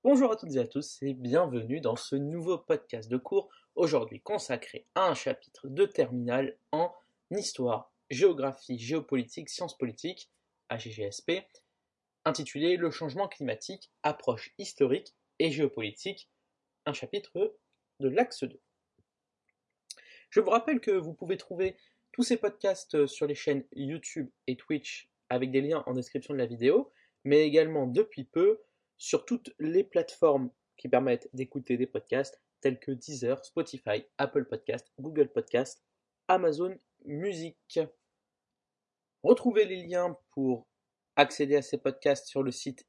Bonjour à toutes et à tous et bienvenue dans ce nouveau podcast de cours, aujourd'hui consacré à un chapitre de terminale en histoire, géographie, géopolitique, sciences politiques, AGGSP, intitulé Le changement climatique, approche historique et géopolitique, un chapitre de l'axe 2. Je vous rappelle que vous pouvez trouver tous ces podcasts sur les chaînes YouTube et Twitch avec des liens en description de la vidéo, mais également depuis peu sur toutes les plateformes qui permettent d'écouter des podcasts tels que Deezer, Spotify, Apple Podcasts, Google Podcasts, Amazon Music. Retrouvez les liens pour accéder à ces podcasts sur le site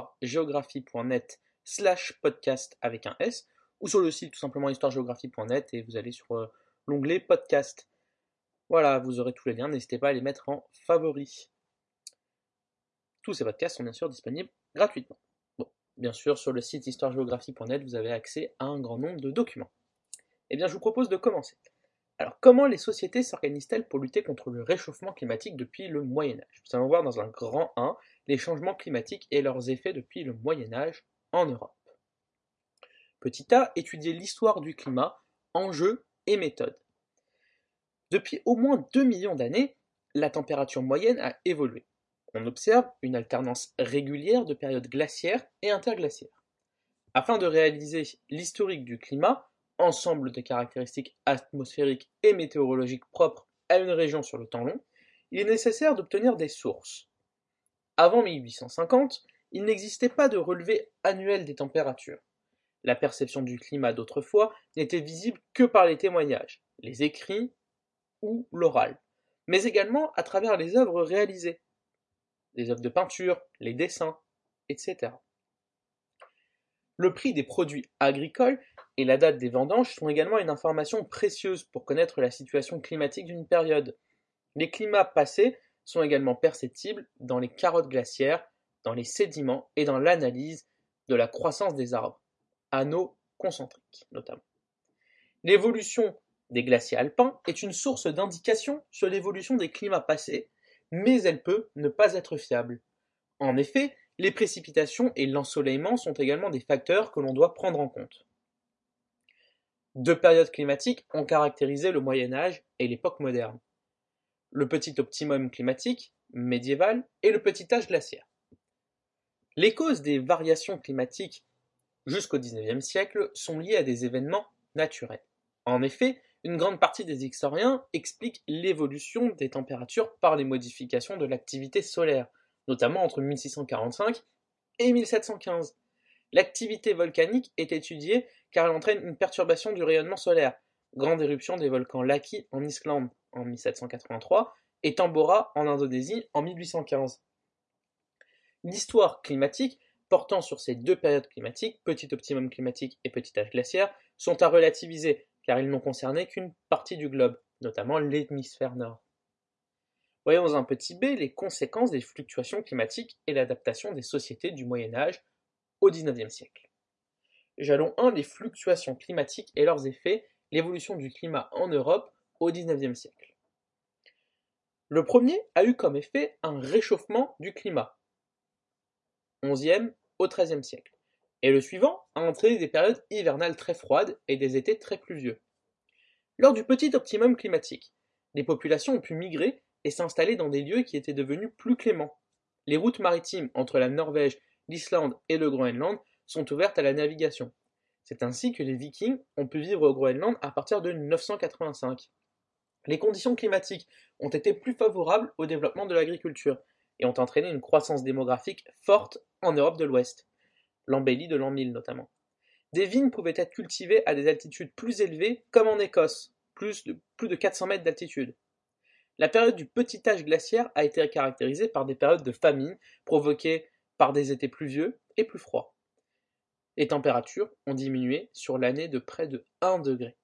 histoiregéographie.net/podcast avec un S ou sur le site tout simplement histoiregéographie.net et vous allez sur l'onglet podcast. Voilà, vous aurez tous les liens, n'hésitez pas à les mettre en favoris. Tous ces podcasts sont bien sûr disponibles gratuitement. Bon, bien sûr, sur le site histoiregéographie.net, vous avez accès à un grand nombre de documents. Eh bien, je vous propose de commencer. Alors, comment les sociétés s'organisent-elles pour lutter contre le réchauffement climatique depuis le Moyen-Âge? Nous allons voir dans un grand 1 les changements climatiques et leurs effets depuis le Moyen-Âge en Europe. Petit a, étudier l'histoire du climat, enjeux et méthodes. Depuis au moins 2 millions d'années, la température moyenne a évolué. On observe une alternance régulière de périodes glaciaires et interglaciaires. Afin de réaliser l'historique du climat, ensemble de caractéristiques atmosphériques et météorologiques propres à une région sur le temps long, il est nécessaire d'obtenir des sources. Avant 1850, il n'existait pas de relevé annuel des températures. La perception du climat d'autrefois n'était visible que par les témoignages, les écrits ou l'oral, mais également à travers les œuvres réalisées, les œuvres de peinture, les dessins, etc. Le prix des produits agricoles et la date des vendanges sont également une information précieuse pour connaître la situation climatique d'une période. Les climats passés sont également perceptibles dans les carottes glaciaires, dans les sédiments et dans l'analyse de la croissance des arbres, anneaux concentriques notamment. L'évolution des glaciers alpins est une source d'indication sur l'évolution des climats passés, mais elle peut ne pas être fiable. En effet, les précipitations et l'ensoleillement sont également des facteurs que l'on doit prendre en compte. Deux périodes climatiques ont caractérisé le Moyen Âge et l'époque moderne. Le petit optimum climatique, médiéval, et le petit âge glaciaire. Les causes des variations climatiques jusqu'au XIXe siècle sont liées à des événements naturels. En effet, une grande partie des historiens expliquent l'évolution des températures par les modifications de l'activité solaire, notamment entre 1645 et 1715. L'activité volcanique est étudiée car elle entraîne une perturbation du rayonnement solaire, grande éruption des volcans Laki en Islande en 1783 et Tambora en Indonésie en 1815. L'histoire climatique portant sur ces deux périodes climatiques, petit optimum climatique et petit âge glaciaire, sont à relativiser car ils n'ont concerné qu'une partie du globe, notamment l'hémisphère nord. Voyons dans un petit b les conséquences des fluctuations climatiques et l'adaptation des sociétés du Moyen Âge au XIXe siècle. Jalon 1, les fluctuations climatiques et leurs effets, l'évolution du climat en Europe au XIXe siècle. Le premier a eu comme effet un réchauffement du climat, 11e au XIIIe siècle, et le suivant a entraîné des périodes hivernales très froides et des étés très pluvieux. Lors du petit optimum climatique, les populations ont pu migrer et s'installer dans des lieux qui étaient devenus plus cléments. Les routes maritimes entre la Norvège, l'Islande et le Groenland sont ouvertes à la navigation. C'est ainsi que les Vikings ont pu vivre au Groenland à partir de 985. Les conditions climatiques ont été plus favorables au développement de l'agriculture et ont entraîné une croissance démographique forte en Europe de l'Ouest, l'embellie de l'an 1000 notamment. Des vignes pouvaient être cultivées à des altitudes plus élevées, comme en Écosse, plus de 400 mètres d'altitude. La période du petit âge glaciaire a été caractérisée par des périodes de famine provoquées par des étés pluvieux et plus froids. Les températures ont diminué sur l'année de près de 1 degré.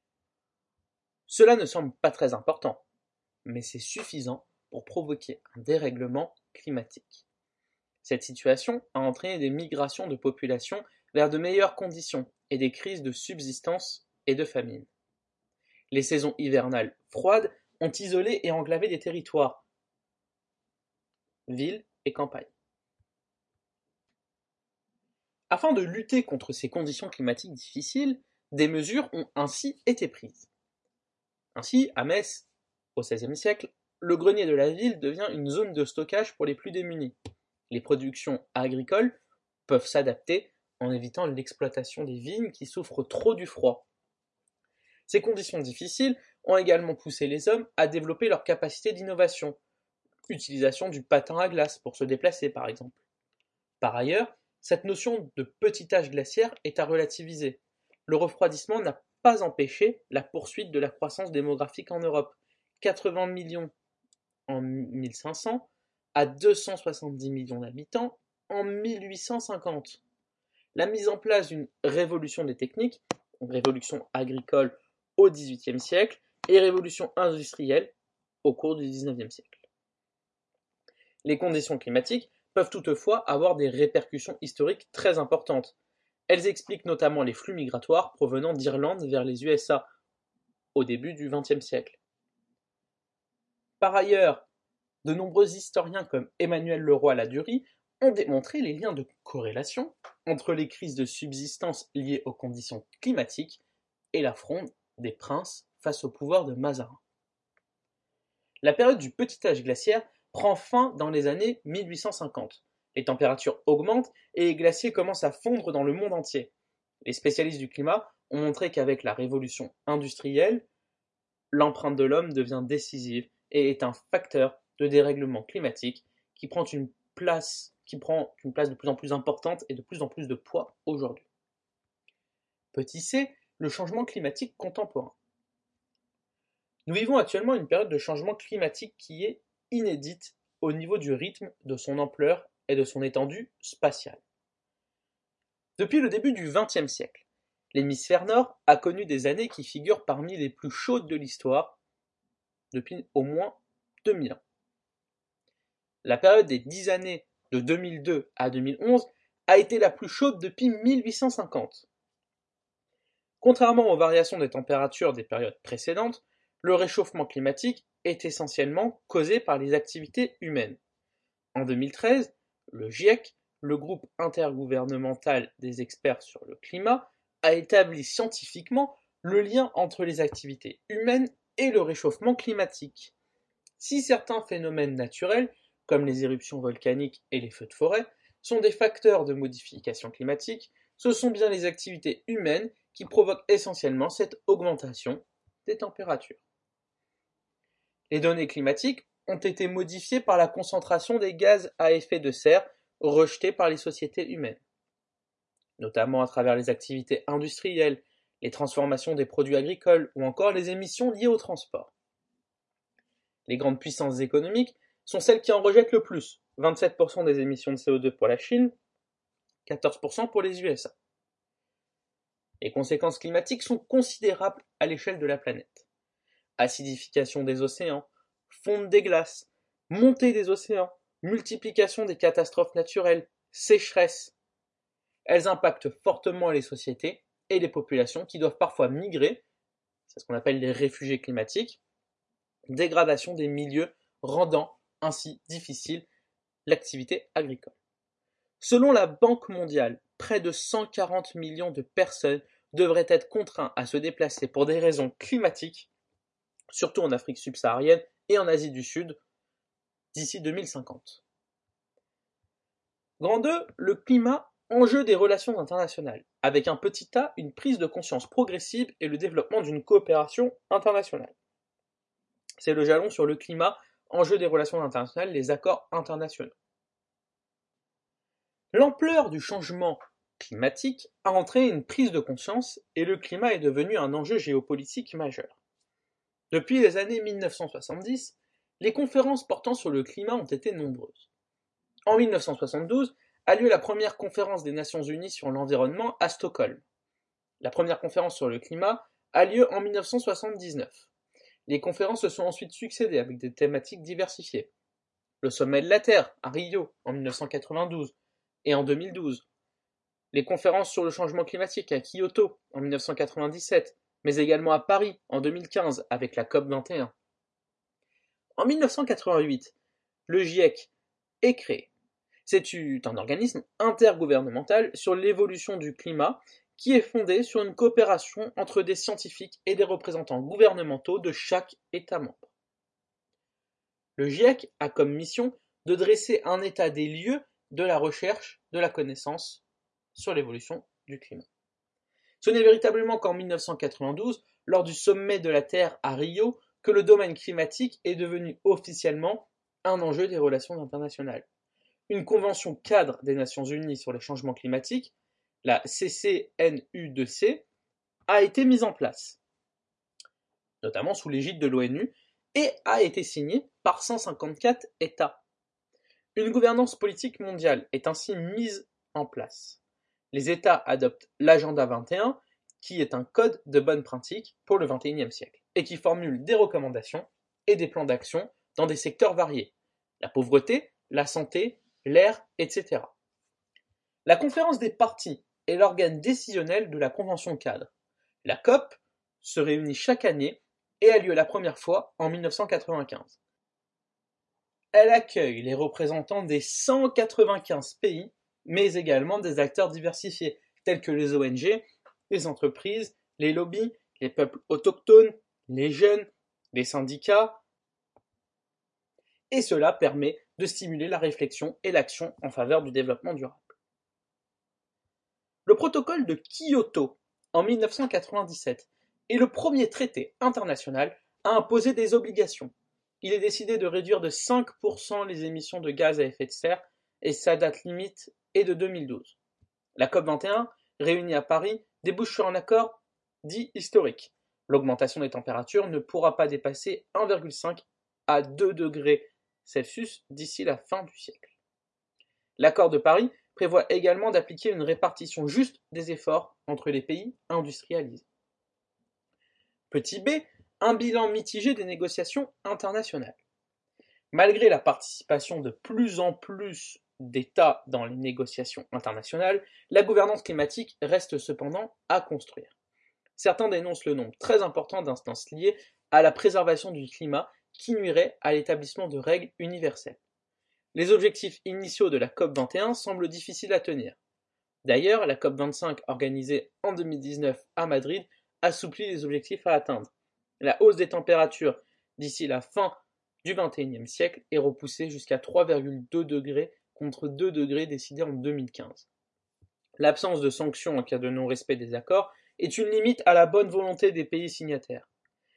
Cela ne semble pas très important, mais c'est suffisant pour provoquer un dérèglement climatique. Cette situation a entraîné des migrations de populations vers de meilleures conditions et des crises de subsistance et de famine. Les saisons hivernales froides ont isolé et enclavé des territoires, villes et campagnes. Afin de lutter contre ces conditions climatiques difficiles, des mesures ont ainsi été prises. Ainsi, à Metz, au XVIe siècle, le grenier de la ville devient une zone de stockage pour les plus démunis. Les productions agricoles peuvent s'adapter en évitant l'exploitation des vignes qui souffrent trop du froid. Ces conditions difficiles ont également poussé les hommes à développer leur capacité d'innovation, utilisation du patin à glace pour se déplacer par exemple. Par ailleurs, cette notion de petit âge glaciaire est à relativiser. Le refroidissement n'a pas empêché la poursuite de la croissance démographique en Europe, 80 millions en 1500 à 270 millions d'habitants en 1850. La mise en place d'une révolution des techniques, révolution agricole au XVIIIe siècle et révolution industrielle au cours du XIXe siècle. Les conditions climatiques peuvent toutefois avoir des répercussions historiques très importantes. Elles expliquent notamment les flux migratoires provenant d'Irlande vers les USA au début du XXe siècle. Par ailleurs, de nombreux historiens comme Emmanuel Leroy-Ladurie ont démontré les liens de corrélation entre les crises de subsistance liées aux conditions climatiques et la fronde des princes face au pouvoir de Mazarin. La période du petit âge glaciaire prend fin dans les années 1850. Les températures augmentent et les glaciers commencent à fondre dans le monde entier. Les spécialistes du climat ont montré qu'avec la révolution industrielle, l'empreinte de l'homme devient décisive et est un facteur de dérèglement climatique qui prend une place de plus en plus importante et de plus en plus de poids aujourd'hui. Petit c, le changement climatique contemporain. Nous vivons actuellement une période de changement climatique qui est inédite au niveau du rythme, de son ampleur et de son étendue spatiale. Depuis le début du XXe siècle, l'hémisphère nord a connu des années qui figurent parmi les plus chaudes de l'histoire depuis au moins 2000 ans. La période des 10 années de 2002 à 2011 a été la plus chaude depuis 1850. Contrairement aux variations des températures des périodes précédentes, le réchauffement climatique est essentiellement causé par les activités humaines. En 2013, le GIEC, le groupe intergouvernemental des experts sur le climat, a établi scientifiquement le lien entre les activités humaines et le réchauffement climatique. Si certains phénomènes naturels, comme les éruptions volcaniques et les feux de forêt, sont des facteurs de modification climatique, ce sont bien les activités humaines qui provoquent essentiellement cette augmentation des températures. Les données climatiques ont été modifiées par la concentration des gaz à effet de serre rejetés par les sociétés humaines, notamment à travers les activités industrielles, les transformations des produits agricoles ou encore les émissions liées au transport. Les grandes puissances économiques sont celles qui en rejettent le plus, 27% des émissions de CO2 pour la Chine, 14% pour les USA. Les conséquences climatiques sont considérables à l'échelle de la planète. Acidification des océans, fonte des glaces, montée des océans, multiplication des catastrophes naturelles, sécheresse. Elles impactent fortement les sociétés et les populations qui doivent parfois migrer, c'est ce qu'on appelle les réfugiés climatiques, dégradation des milieux rendant ainsi difficile l'activité agricole. Selon la Banque mondiale, près de 140 millions de personnes devraient être contraints à se déplacer pour des raisons climatiques, surtout en Afrique subsaharienne et en Asie du Sud, d'ici 2050. Grand 2, le climat, enjeu des relations internationales, avec un petit a, une prise de conscience progressive et le développement d'une coopération internationale. C'est le jalon sur le climat, enjeu des relations internationales, les accords internationaux. L'ampleur du changement climatique a entraîné une prise de conscience et le climat est devenu un enjeu géopolitique majeur. Depuis les années 1970, les conférences portant sur le climat ont été nombreuses. En 1972 a lieu la première conférence des Nations Unies sur l'environnement à Stockholm. La première conférence sur le climat a lieu en 1979. Les conférences se sont ensuite succédées avec des thématiques diversifiées. Le sommet de la Terre à Rio en 1992 et en 2012. Les conférences sur le changement climatique à Kyoto en 1997, mais également à Paris en 2015 avec la COP21. En 1988, le GIEC est créé. C'est un organisme intergouvernemental sur l'évolution du climat qui est fondé sur une coopération entre des scientifiques et des représentants gouvernementaux de chaque État membre. Le GIEC a comme mission de dresser un état des lieux de la recherche de la connaissance sur l'évolution du climat. Ce n'est véritablement qu'en 1992, lors du sommet de la Terre à Rio, que le domaine climatique est devenu officiellement un enjeu des relations internationales. Une convention cadre des Nations Unies sur les changements climatiques, la CCNU2C, a été mise en place, notamment sous l'égide de l'ONU, et a été signée par 154 États. Une gouvernance politique mondiale est ainsi mise en place. Les États adoptent l'Agenda 21, qui est un code de bonnes pratiques pour le XXIe siècle, et qui formule des recommandations et des plans d'action dans des secteurs variés, la pauvreté, la santé, l'air, etc. La conférence des parties est l'organe décisionnel de la Convention cadre. La COP se réunit chaque année et a lieu la première fois en 1995. Elle accueille les représentants des 195 pays, mais également des acteurs diversifiés, tels que les ONG, les entreprises, les lobbies, les peuples autochtones, les jeunes, les syndicats, et cela permet de stimuler la réflexion et l'action en faveur du développement durable. Le protocole de Kyoto, en 1997, est le premier traité international à imposer des obligations. Il est décidé de réduire de 5% les émissions de gaz à effet de serre et sa date limite est de 2012. La COP21, réunie à Paris, débouche sur un accord dit historique. L'augmentation des températures ne pourra pas dépasser 1,5 à 2 degrés Celsius d'ici la fin du siècle. L'accord de Paris prévoit également d'appliquer une répartition juste des efforts entre les pays industrialisés. Petit b, un bilan mitigé des négociations internationales. Malgré la participation de plus en plus d'États dans les négociations internationales, la gouvernance climatique reste cependant à construire. Certains dénoncent le nombre très important d'instances liées à la préservation du climat qui nuirait à l'établissement de règles universelles. Les objectifs initiaux de la COP21 semblent difficiles à tenir. D'ailleurs, la COP25 organisée en 2019 à Madrid assouplit les objectifs à atteindre. La hausse des températures d'ici la fin du XXIe siècle est repoussée jusqu'à 3,2 degrés contre 2 degrés décidés en 2015. L'absence de sanctions en cas de non-respect des accords est une limite à la bonne volonté des pays signataires.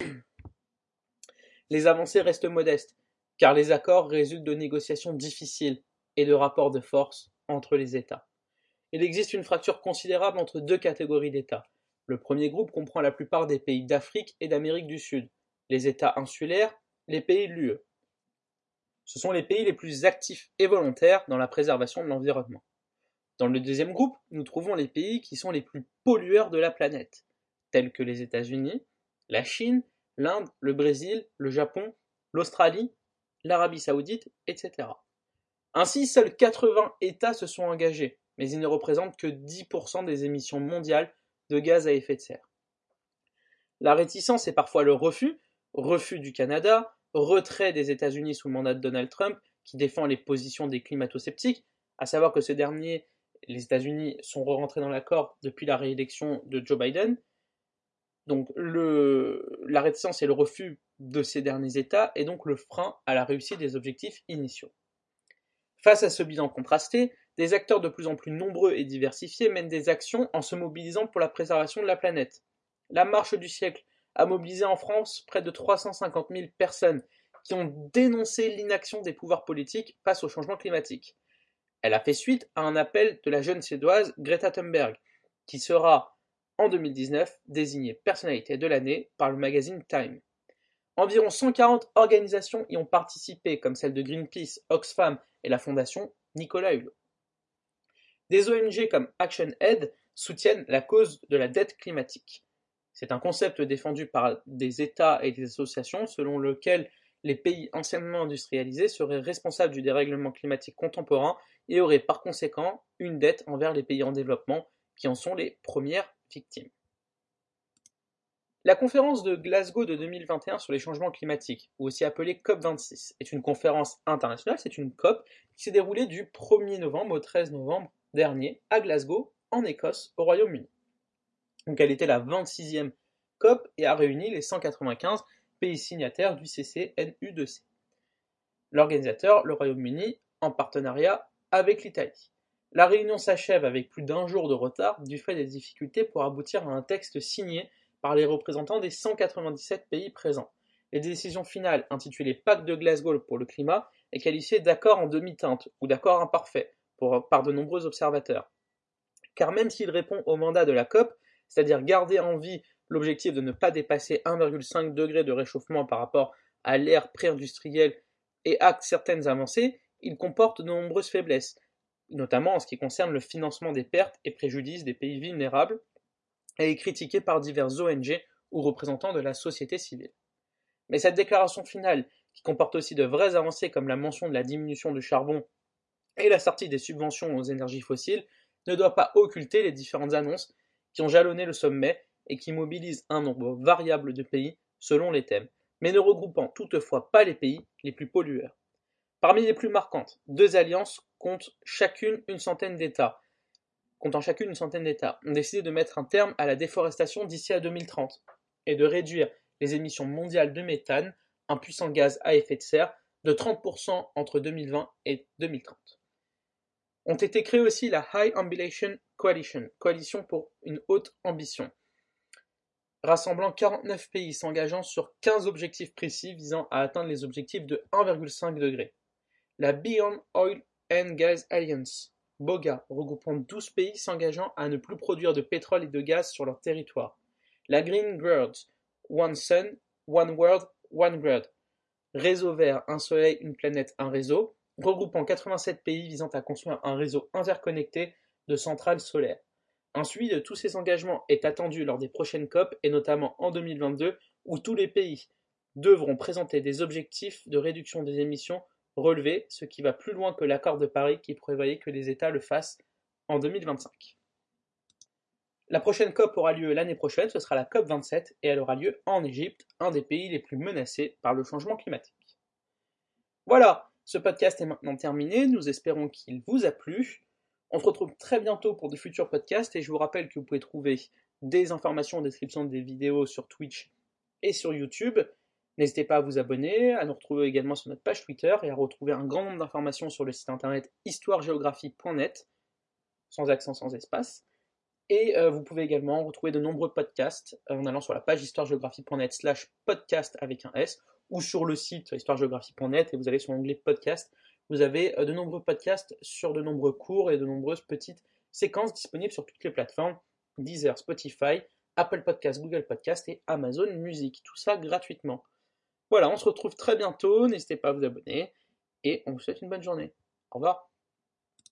Les avancées restent modestes, car les accords résultent de négociations difficiles et de rapports de force entre les États. Il existe une fracture considérable entre deux catégories d'États. Le premier groupe comprend la plupart des pays d'Afrique et d'Amérique du Sud, les États insulaires, les pays de l'UE. Ce sont les pays les plus actifs et volontaires dans la préservation de l'environnement. Dans le deuxième groupe, nous trouvons les pays qui sont les plus pollueurs de la planète, tels que les États-Unis, la Chine, l'Inde, le Brésil, le Japon, l'Australie, l'Arabie Saoudite, etc. Ainsi, seuls 80 États se sont engagés, mais ils ne représentent que 10% des émissions mondiales de gaz à effet de serre. La réticence et parfois le refus du Canada, retrait des États-Unis sous le mandat de Donald Trump, qui défend les positions des climato-sceptiques, à savoir que ce dernier, les États-Unis sont rentrés dans l'accord depuis la réélection de Joe Biden. Donc la réticence et le refus de ces derniers États est donc le frein à la réussite des objectifs initiaux. Face à ce bilan contrasté, des acteurs de plus en plus nombreux et diversifiés mènent des actions en se mobilisant pour la préservation de la planète. La Marche du siècle a mobilisé en France près de 350 000 personnes qui ont dénoncé l'inaction des pouvoirs politiques face au changement climatique. Elle a fait suite à un appel de la jeune Suédoise Greta Thunberg, qui sera, en 2019, désignée personnalité de l'année par le magazine Time. Environ 140 organisations y ont participé, comme celle de Greenpeace, Oxfam et la fondation Nicolas Hulot. Des ONG comme ActionAid soutiennent la cause de la dette climatique. C'est un concept défendu par des États et des associations selon lequel les pays anciennement industrialisés seraient responsables du dérèglement climatique contemporain et auraient par conséquent une dette envers les pays en développement qui en sont les premières victimes. La conférence de Glasgow de 2021 sur les changements climatiques, ou aussi appelée COP26, est une conférence internationale, c'est une COP qui s'est déroulée du 1er novembre au 13 novembre dernier à Glasgow, en Écosse, au Royaume-Uni. Donc elle était la 26e COP et a réuni les 195 pays signataires du CCNU2C. L'organisateur, le Royaume-Uni, en partenariat avec l'Italie. La réunion s'achève avec plus d'1 jour de retard du fait des difficultés pour aboutir à un texte signé par les représentants des 197 pays présents. Les décisions finales, intitulées Pacte de Glasgow pour le climat, est qualifiée d'accord en demi-teinte ou d'accord imparfait par de nombreux observateurs. Car même s'il répond au mandat de la COP, c'est-à-dire garder en vie l'objectif de ne pas dépasser 1,5 degré de réchauffement par rapport à l'ère pré-industrielle et acte certaines avancées, il comporte de nombreuses faiblesses, notamment en ce qui concerne le financement des pertes et préjudices des pays vulnérables, et est critiqué par diverses ONG ou représentants de la société civile. Mais cette déclaration finale, qui comporte aussi de vraies avancées comme la mention de la diminution du charbon et la sortie des subventions aux énergies fossiles, ne doit pas occulter les différentes annonces qui ont jalonné le sommet et qui mobilisent un nombre variable de pays selon les thèmes, mais ne regroupant toutefois pas les pays les plus pollueurs. Parmi les plus marquantes, 2 alliances comptant chacune une centaine d'États, ont décidé de mettre un terme à la déforestation d'ici à 2030 et de réduire les émissions mondiales de méthane, un puissant gaz à effet de serre, de 30% entre 2020 et 2030. Ont été créées aussi la High Ambition Coalition, coalition pour une haute ambition, rassemblant 49 pays s'engageant sur 15 objectifs précis visant à atteindre les objectifs de 1,5 degré. La Beyond Oil and Gas Alliance, BOGA, regroupant 12 pays s'engageant à ne plus produire de pétrole et de gaz sur leur territoire. La Green Guards, One Sun, One World, One Grid, Réseau vert, un soleil, une planète, un réseau, regroupant 87 pays visant à construire un réseau interconnecté de centrales solaires. Un suivi de tous ces engagements est attendu lors des prochaines COP et notamment en 2022 où tous les pays devront présenter des objectifs de réduction des émissions relevés, ce qui va plus loin que l'accord de Paris qui prévoyait que les États le fassent en 2025. La prochaine COP aura lieu l'année prochaine, ce sera la COP 27 et elle aura lieu en Égypte, un des pays les plus menacés par le changement climatique. Voilà, ce podcast est maintenant terminé, nous espérons qu'il vous a plu. On se retrouve très bientôt pour de futurs podcasts et je vous rappelle que vous pouvez trouver des informations en description des vidéos sur Twitch et sur YouTube. N'hésitez pas à vous abonner, à nous retrouver également sur notre page Twitter et à retrouver un grand nombre d'informations sur le site internet histoiregéographie.net, sans accent, sans espace. Et vous pouvez également retrouver de nombreux podcasts en allant sur la page histoiregéographie.net/podcast avec un S ou sur le site histoiregéographie.net et vous allez sur l'onglet podcast. Vous avez de nombreux podcasts sur de nombreux cours et de nombreuses petites séquences disponibles sur toutes les plateformes Deezer, Spotify, Apple Podcasts, Google Podcasts et Amazon Music. Tout ça gratuitement. Voilà, on se retrouve très bientôt. N'hésitez pas à vous abonner et on vous souhaite une bonne journée. Au revoir.